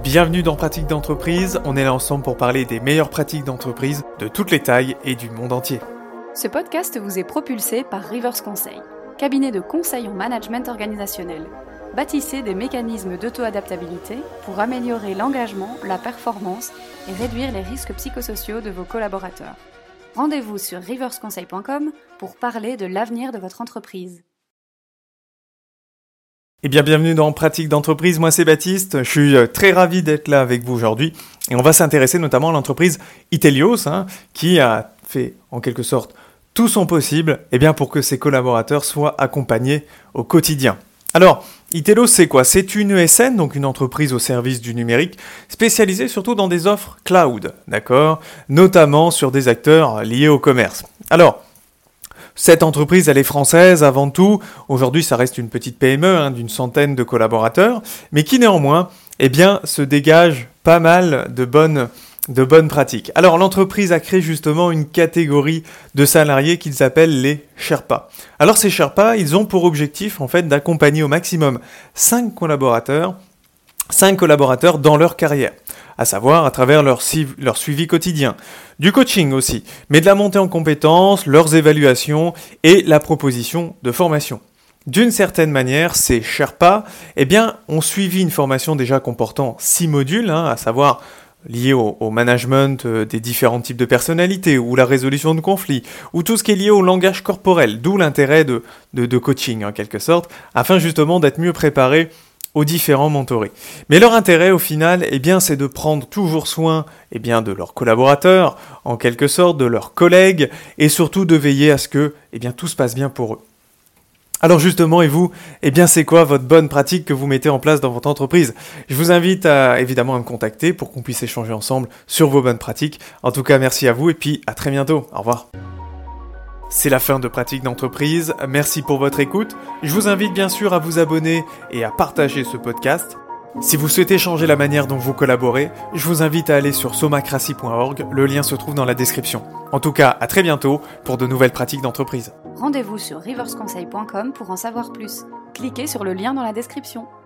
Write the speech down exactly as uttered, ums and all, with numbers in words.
Bienvenue dans Pratique d'entreprise, on est là ensemble pour parler des meilleures pratiques d'entreprise de toutes les tailles et du monde entier. Ce podcast vous est propulsé par Rivers Conseil, cabinet de conseil en management organisationnel. Bâtissez des mécanismes d'auto-adaptabilité pour améliorer l'engagement, la performance et réduire les risques psychosociaux de vos collaborateurs. Rendez-vous sur rivers conseil point com pour parler de l'avenir de votre entreprise. Eh bien, bienvenue dans Pratique d'entreprise, moi c'est Baptiste, je suis très ravi d'être là avec vous aujourd'hui et on va s'intéresser notamment à l'entreprise Itelios hein, qui a fait en quelque sorte tout son possible eh bien, pour que ses collaborateurs soient accompagnés au quotidien. Alors, Itelios c'est quoi ? C'est une E S N, donc une entreprise au service du numérique, spécialisée surtout dans des offres cloud, d'accord ? Notamment sur des acteurs liés au commerce. Alors, cette entreprise, elle est française avant tout. Aujourd'hui, ça reste une petite P M E hein, d'une centaine de collaborateurs, mais qui néanmoins, eh bien, se dégage pas mal de bonnes, de bonnes pratiques. Alors, l'entreprise a créé justement une catégorie de salariés qu'ils appellent les Sherpas. Alors, ces Sherpas, ils ont pour objectif en fait d'accompagner au maximum cinq collaborateurs, cinq collaborateurs dans leur carrière, à savoir à travers leur, leur suivi quotidien, du coaching aussi, mais de la montée en compétences, leurs évaluations et la proposition de formation. D'une certaine manière, ces Sherpas eh bien, ont suivi une formation déjà comportant six modules, hein, à savoir liés au, au management euh, des différents types de personnalités, ou la résolution de conflits, ou tout ce qui est lié au langage corporel, d'où l'intérêt de, de, de coaching en quelque sorte, afin justement d'être mieux préparé aux différents mentorés. Mais leur intérêt au final, eh bien, c'est de prendre toujours soin eh bien, de leurs collaborateurs, en quelque sorte, de leurs collègues, et surtout de veiller à ce que eh bien, tout se passe bien pour eux. Alors justement, et vous, eh bien, c'est quoi votre bonne pratique que vous mettez en place dans votre entreprise ? Je vous invite à, évidemment à me contacter pour qu'on puisse échanger ensemble sur vos bonnes pratiques. En tout cas, merci à vous et puis à très bientôt. Au revoir. C'est la fin de Pratique d'entreprise, merci pour votre écoute. Je vous invite bien sûr à vous abonner et à partager ce podcast. Si vous souhaitez changer la manière dont vous collaborez, je vous invite à aller sur somacracy point org, le lien se trouve dans la description. En tout cas, à très bientôt pour de nouvelles pratiques d'entreprise. Rendez-vous sur rivers conseil point com pour en savoir plus. Cliquez sur le lien dans la description.